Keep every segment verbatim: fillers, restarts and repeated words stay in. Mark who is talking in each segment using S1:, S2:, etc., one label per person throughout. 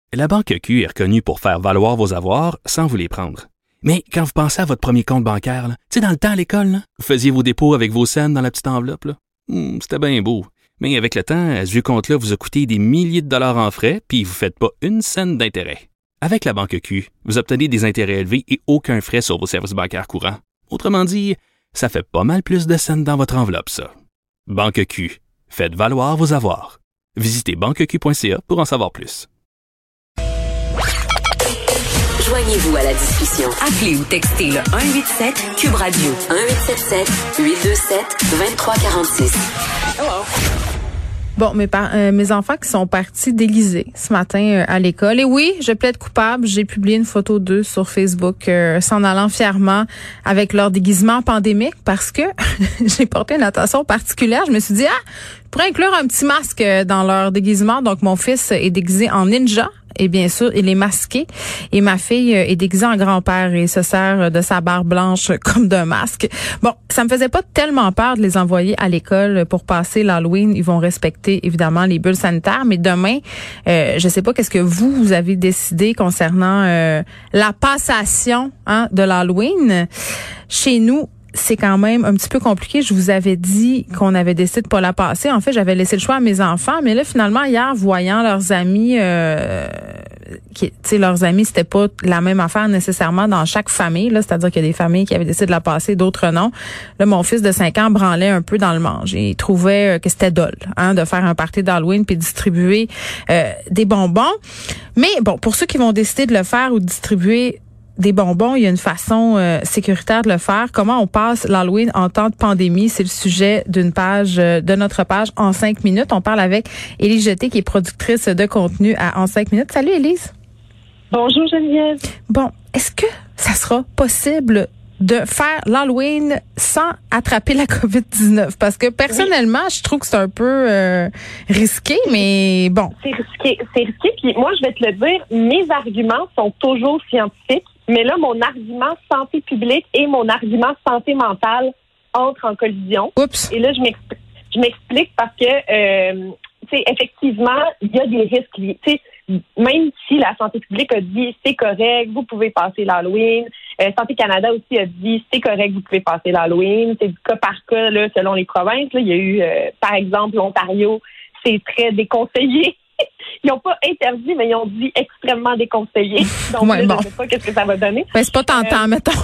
S1: La Banque Q est reconnue pour faire valoir vos avoirs sans vous les prendre. Mais quand vous pensez à votre premier compte bancaire, tu sais, dans le temps à l'école, là, vous faisiez vos dépôts avec vos scènes dans la petite enveloppe. Là. Hum, c'était bien beau. Mais avec le temps, ce vieux compte-là vous a coûté des milliers de dollars en frais, puis vous ne faites pas une scène d'intérêt. Avec la Banque Q, vous obtenez des intérêts élevés et aucun frais sur vos services bancaires courants. Autrement dit, ça fait pas mal plus de scènes dans votre enveloppe, ça. Banque Q. Faites valoir vos avoirs. Visitez banque q point c a pour en savoir plus.
S2: Joignez-vous à la discussion. Appelez ou textez le un huit sept Cube Radio. un huit sept sept huit deux sept deux trois quatre six. Hello.
S3: Bon, mes, par- euh, mes enfants qui sont partis déguisés ce matin euh, à l'école. Et oui, je plaide coupable. J'ai publié une photo d'eux sur Facebook euh, s'en allant fièrement avec leur déguisement pandémique parce que j'ai porté une attention particulière. Je me suis dit, ah, je pourrais inclure un petit masque dans leur déguisement. Donc, mon fils est déguisé en ninja. Et bien sûr, il est masqué. Et ma fille est déguisée en grand-père et se sert de sa barbe blanche comme d'un masque. Bon, ça me faisait pas tellement peur de les envoyer à l'école pour passer l'Halloween. Ils vont respecter, évidemment, les bulles sanitaires. Mais demain, euh, je sais pas qu'est-ce que vous, vous avez décidé concernant euh, la passation hein, de l'Halloween. Chez nous, c'est quand même un petit peu compliqué. Je vous avais dit qu'on avait décidé de pas la passer. En fait, j'avais laissé le choix à mes enfants. Mais là, finalement, hier, voyant leurs amis, euh, qui, tu sais, leurs amis, c'était pas la même affaire nécessairement dans chaque famille. Là, c'est-à-dire qu'il y a des familles qui avaient décidé de la passer, d'autres non. Là, mon fils de cinq ans branlait un peu dans le manche. Il trouvait que c'était dole, hein, de faire un party d'Halloween puis distribuer euh, des bonbons. Mais bon, pour ceux qui vont décider de le faire ou de distribuer des bonbons, il y a une façon euh, sécuritaire de le faire. Comment on passe l'Halloween en temps de pandémie? C'est le sujet d'une page, euh, de notre page En cinq minutes. On parle avec Élise Jeté, qui est productrice de contenu à En cinq minutes. Salut, Élise.
S4: Bonjour, Geneviève.
S3: Bon, est-ce que ça sera possible de faire l'Halloween sans attraper la covid dix-neuf? Parce que personnellement, oui. je trouve que c'est un peu euh, risqué, mais bon.
S4: C'est risqué, c'est risqué. Puis moi, je vais te le dire, mes arguments sont toujours scientifiques. Mais là, mon argument santé publique et mon argument santé mentale entrent en collision.
S3: Oups.
S4: Et là, je m'explique, je m'explique parce que, euh, tu sais, effectivement, il y a des risques liés. Tu sais, même si la santé publique a dit c'est correct, vous pouvez passer l'Halloween. Euh, Santé Canada aussi a dit c'est correct, vous pouvez passer l'Halloween. C'est du cas par cas là, selon les provinces. Là, il y a eu, euh, par exemple, l'Ontario, c'est très déconseillé. Ils n'ont pas interdit, mais ils ont dit extrêmement déconseillé. Donc,
S3: ouais,
S4: là,
S3: bon.
S4: je ne sais pas qu'est-ce que ça va donner.
S3: Ben, c'est pas tentant, euh, mettons.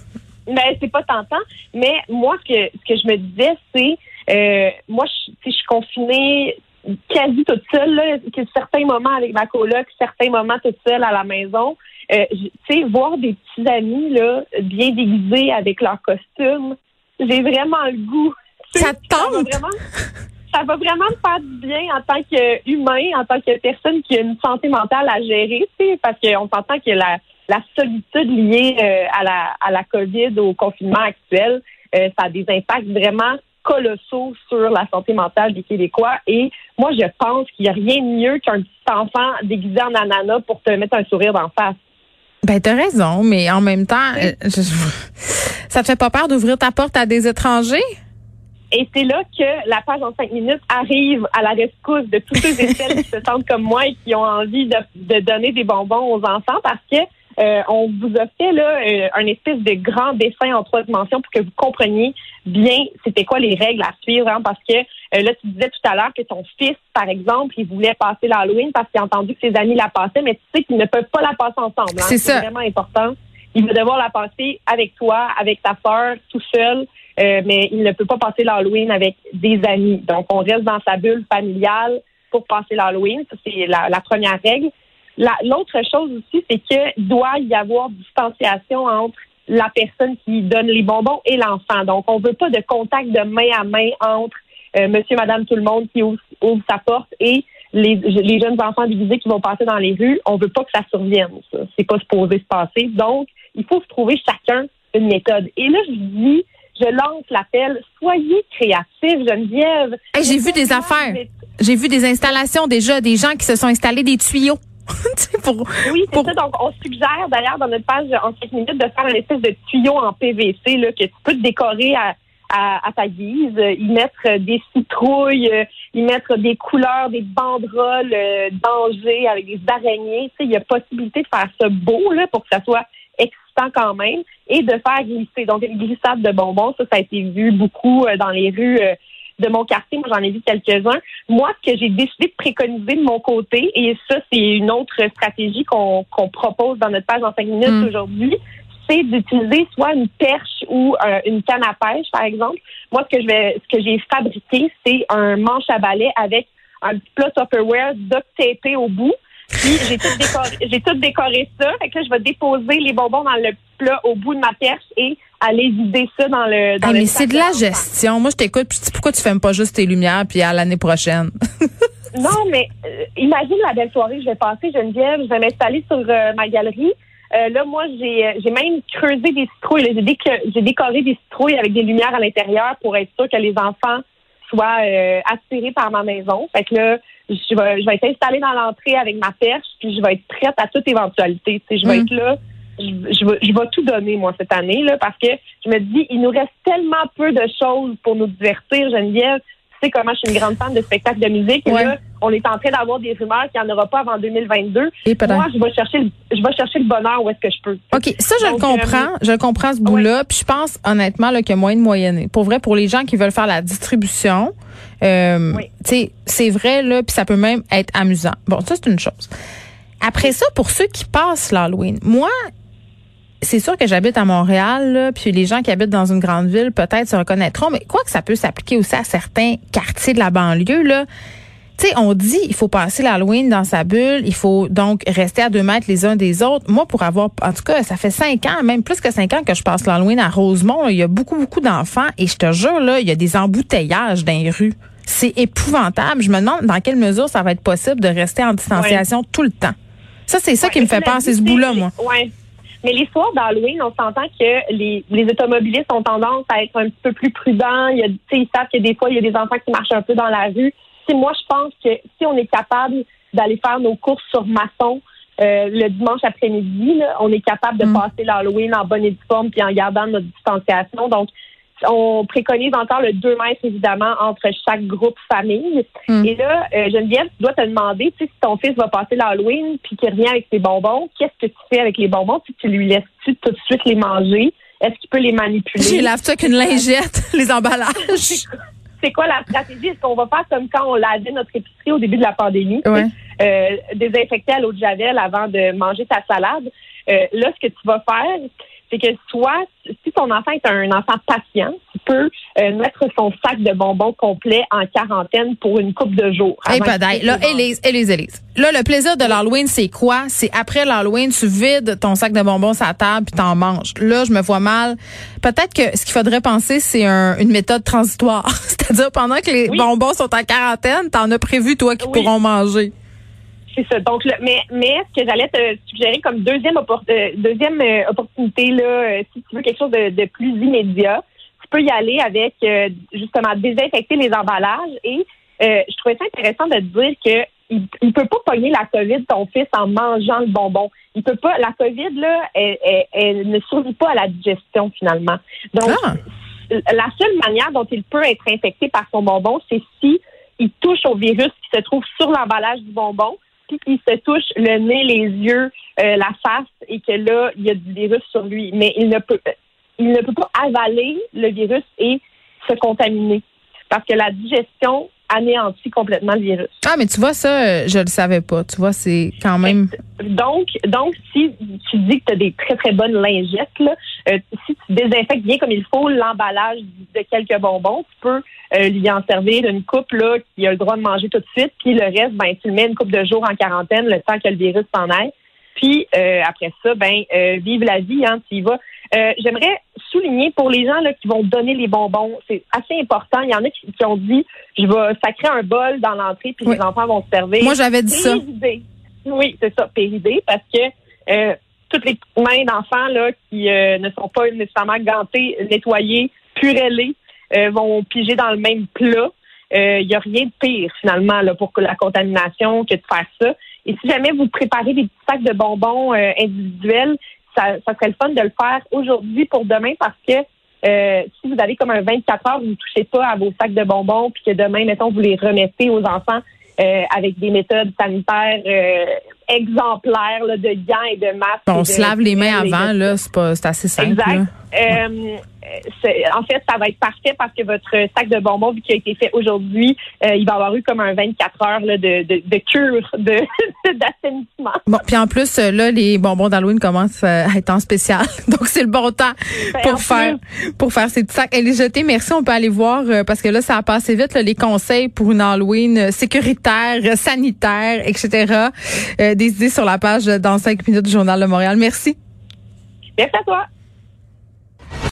S4: Mais c'est pas tentant. Mais moi, ce que, ce que je me disais, c'est, euh, moi, je, je suis confinée quasi toute seule, là, que certains moments avec ma coloc, certains moments toute seule à la maison. Euh, tu sais, voir des petits amis, là, bien déguisés avec leurs costumes, j'ai vraiment le goût.
S3: Ça te tente?
S4: Ça va vraiment... Ça va vraiment me faire du bien en tant qu'humain, en tant que personne qui a une santé mentale à gérer, tu sais, parce qu'on s'entend que la, la solitude liée euh, à la à la COVID, au confinement actuel, euh, ça a des impacts vraiment colossaux sur la santé mentale des Québécois. Et moi, je pense qu'il n'y a rien de mieux qu'un petit enfant déguisé en ananas pour te mettre un sourire d'en face.
S3: Ben, t'as raison, mais en même temps, euh, je, ça te fait pas peur d'ouvrir ta porte à des étrangers?
S4: Et c'est là que la page En cinq minutes arrive à la rescousse de tous ceux et celles qui se sentent comme moi et qui ont envie de, de donner des bonbons aux enfants parce que euh, on vous a fait là euh, un espèce de grand dessin en trois dimensions pour que vous compreniez bien c'était quoi les règles à suivre. Hein, parce que euh, là, tu disais tout à l'heure que ton fils, par exemple, il voulait passer l'Halloween parce qu'il a entendu que ses amis la passaient, mais tu sais qu'ils ne peuvent pas la passer ensemble. Hein,
S3: c'est,
S4: c'est
S3: ça.
S4: vraiment important. Il va devoir la passer avec toi, avec ta sœur, tout seul. Euh, mais il ne peut pas passer l'Halloween avec des amis. Donc, on reste dans sa bulle familiale pour passer l'Halloween. Ça, c'est la, la première règle. La, l'autre chose aussi, c'est qu'il doit y avoir distanciation entre la personne qui donne les bonbons et l'enfant. Donc, on veut pas de contact de main à main entre euh, monsieur, madame, tout le monde qui ouvre, ouvre sa porte et les, les jeunes enfants déguisés qui vont passer dans les rues. On veut pas que ça survienne, ça. C'est pas supposé se passer. Donc, il faut se trouver chacun une méthode. Et là, je dis... Je lance l'appel. Soyez créatifs, Geneviève.
S3: Hey, j'ai vu des affaires. Mais... J'ai vu des installations déjà, des gens qui se sont installés des tuyaux. pour,
S4: oui, c'est
S3: pour...
S4: ça. Donc, on suggère d'ailleurs dans notre page En cinq minutes de faire une espèce de tuyau en P V C là, que tu peux te décorer à, à, à ta guise, y mettre des citrouilles, y mettre des couleurs, des banderoles euh, d'Angers avec des araignées. Tu sais, il y a possibilité de faire ça beau là pour que ça soit excitant quand même et de faire glisser. Donc, une glissade de bonbons, ça, ça a été vu beaucoup euh, dans les rues euh, de mon quartier. Moi, j'en ai vu quelques-uns. Moi, ce que j'ai décidé de préconiser de mon côté, et ça, c'est une autre stratégie qu'on, qu'on propose dans notre page en cinq minutes mmh. aujourd'hui, c'est d'utiliser soit une perche ou euh, une canne à pêche, par exemple. Moi, ce que je vais, ce que j'ai fabriqué, c'est un manche à balai avec un petit plat Tupperware duct tapé au bout. Puis j'ai tout décoré, j'ai tout décoré ça. Fait que là, je vais déposer les bonbons dans le plat au bout de ma perche et aller vider ça dans le dans
S3: hey,
S4: le
S3: mais c'est de la gestion. Moi, je t'écoute, puis pourquoi tu fermes pas juste tes lumières puis à l'année prochaine?
S4: Non, mais euh, imagine la belle soirée que je vais passer, Geneviève. Je vais m'installer sur euh, ma galerie. Euh, là, moi, j'ai j'ai même creusé des citrouilles. Là. J'ai, déco- j'ai décoré des citrouilles avec des lumières à l'intérieur pour être sûr que les enfants soient euh, attirés par ma maison. Fait que là, je vais, je vais être installée dans l'entrée avec ma perche, puis je vais être prête à toute éventualité. Tu sais, je vais mmh. être là. Je, je, vais, je vais tout donner, moi, cette année, là, parce que je me dis, il nous reste tellement peu de choses pour nous divertir, Geneviève. Tu sais comment je suis une grande fan de spectacles de musique. Ouais. Et là, on est en train d'avoir des rumeurs qu'il n'y en aura pas avant deux mille vingt-deux. Et moi, je vais chercher le, je vais chercher le bonheur où est-ce que je peux.
S3: OK, ça, je Donc, le comprends. Euh, je le comprends, ce bout-là. Ouais. Puis je pense, honnêtement, là, qu'il y a moyen de moyenner. Pour vrai, pour les gens qui veulent faire la distribution, euh, oui. tu sais, c'est vrai, là, puis ça peut même être amusant. Bon, ça, c'est une chose. Après ça, pour ceux qui passent l'Halloween, moi, c'est sûr que j'habite à Montréal, là, puis les gens qui habitent dans une grande ville peut-être se reconnaîtront, mais quoi que ça peut s'appliquer aussi à certains quartiers de la banlieue, là. Tu sais, on dit il faut passer l'Halloween dans sa bulle, il faut donc rester à deux mètres les uns des autres. Moi, pour avoir, en tout cas, ça fait cinq ans, même plus que cinq ans que je passe l'Halloween à Rosemont, là, il y a beaucoup, beaucoup d'enfants et je te jure, là, il y a des embouteillages dans les rues. C'est épouvantable. Je me demande dans quelle mesure ça va être possible de rester en distanciation ouais. tout le temps. Ça, c'est ça ouais, qui me fait peur, c'est ce bout-là, moi.
S4: Ouais. Mais les soirs d'Halloween, on s'entend que les, les automobilistes ont tendance à être un petit peu plus prudents. Il y a, tu sais, ils savent que des fois, il y a des enfants qui marchent un peu dans la rue. T'sais, moi, je pense que si on est capable d'aller faire nos courses sur Masson euh, le dimanche après-midi, là, on est capable de mmh. passer l'Halloween en bonne et due forme puis en gardant notre distanciation. Donc, on préconise encore le deux mètres, évidemment, entre chaque groupe famille. Mmh. Et là, euh, Geneviève, tu dois te demander, tu sais, si ton fils va passer l'Halloween puis qu'il revient avec ses bonbons, qu'est-ce que tu fais avec les bonbons? Tu, tu lui laisses-tu tout de suite les manger? Est-ce qu'il peut les manipuler?
S3: J'ai lave ça avec une lingette, les emballages.
S4: C'est quoi la stratégie? Est-ce qu'on va faire comme quand on lavait notre épicerie au début de la pandémie?
S3: Ouais.
S4: Euh, désinfecter à l'eau de javel avant de manger ta salade. Euh, là, ce que tu vas faire, c'est que soit, si ton enfant est un enfant patient, tu peux euh, mettre son sac de bonbons complet en quarantaine pour une couple de jours.
S3: Hey, padaille. Là, Élise, Élise, Élise. Là, le plaisir de l'Halloween, c'est quoi? C'est après l'Halloween, tu vides ton sac de bonbons sur la table puis t'en manges. Là, je me vois mal. Peut-être que ce qu'il faudrait penser, c'est un, une méthode transitoire. C'est-à-dire, pendant que les oui. bonbons sont en quarantaine, t'en as prévu, toi, qui oui. pourront manger.
S4: C'est ça. Donc, là, mais, mais ce que j'allais te suggérer comme deuxième, oppor- euh, deuxième euh, opportunité, là, euh, si tu veux quelque chose de, de plus immédiat, tu peux y aller avec, euh, justement, désinfecter les emballages. Et euh, je trouvais ça intéressant de te dire que il, il peut pas pogner la COVID, ton fils, en mangeant le bonbon. Il peut pas. La COVID, là, elle, elle, elle ne survit pas à la digestion, finalement. Donc, ah. la seule manière dont il peut être infecté par son bonbon, c'est si il touche au virus qui se trouve sur l'emballage du bonbon, puis qu'il se touche le nez, les yeux, euh, la face, et que là, il y a du virus sur lui. Mais il ne peut, il ne peut pas avaler le virus et se contaminer. Parce que la digestion anéantit complètement le virus.
S3: Ah, mais tu vois, ça, je le savais pas. Tu vois, c'est quand même...
S4: Donc, donc si tu dis que tu as des très, très bonnes lingettes, là, euh, si tu désinfectes bien comme il faut l'emballage de quelques bonbons, tu peux euh, lui en servir une coupe là, qui a le droit de manger tout de suite, puis le reste, ben tu le mets une couple de jours en quarantaine, le temps que le virus s'en aille. Puis euh, après ça, ben euh, vive la vie, hein, tu y vas. Euh, j'aimerais souligner pour les gens là qui vont donner les bonbons, c'est assez important. Il y en a qui, qui ont dit, je vais sacrer un bol dans l'entrée puis oui. les enfants vont se servir.
S3: Moi, j'avais dit ça.
S4: Péridé. Oui, c'est ça, péridé, parce que euh, toutes les mains d'enfants là qui euh, ne sont pas nécessairement gantées, nettoyées, purellées, euh, vont piger dans le même plat. Il euh, y a rien de pire finalement là pour la contamination que de faire ça. Et si jamais vous préparez des petits sacs de bonbons euh, individuels, ça, ça serait le fun de le faire aujourd'hui pour demain parce que euh, si vous avez comme un vingt-quatre heures, vous ne touchez pas à vos sacs de bonbons, puis que demain, mettons, vous les remettez aux enfants euh, avec des méthodes sanitaires euh, exemplaires là, de gants et de masques.
S3: On
S4: de,
S3: se lave les mains avant,
S4: de...
S3: là, c'est pas, c'est assez simple.
S4: Exact.
S3: Là.
S4: Euh, c'est, en fait, ça va être parfait parce que votre sac de bonbons, vu qu'il a été fait aujourd'hui, euh, il va avoir eu comme un vingt-quatre heures là, de, de, de cure de, d'assainissement.
S3: Bon, puis en plus, là, les bonbons d'Halloween commencent à être en spécial. Donc, c'est le bon temps ben, pour faire plus. pour faire ces petits sacs. Elle est jetée. Merci, on peut aller voir euh, parce que là, ça a passé vite, là, les conseils pour une Halloween sécuritaire, sanitaire, et cetera. Euh, des idées sur la page dans cinq minutes du Journal de Montréal. Merci.
S4: Merci à toi.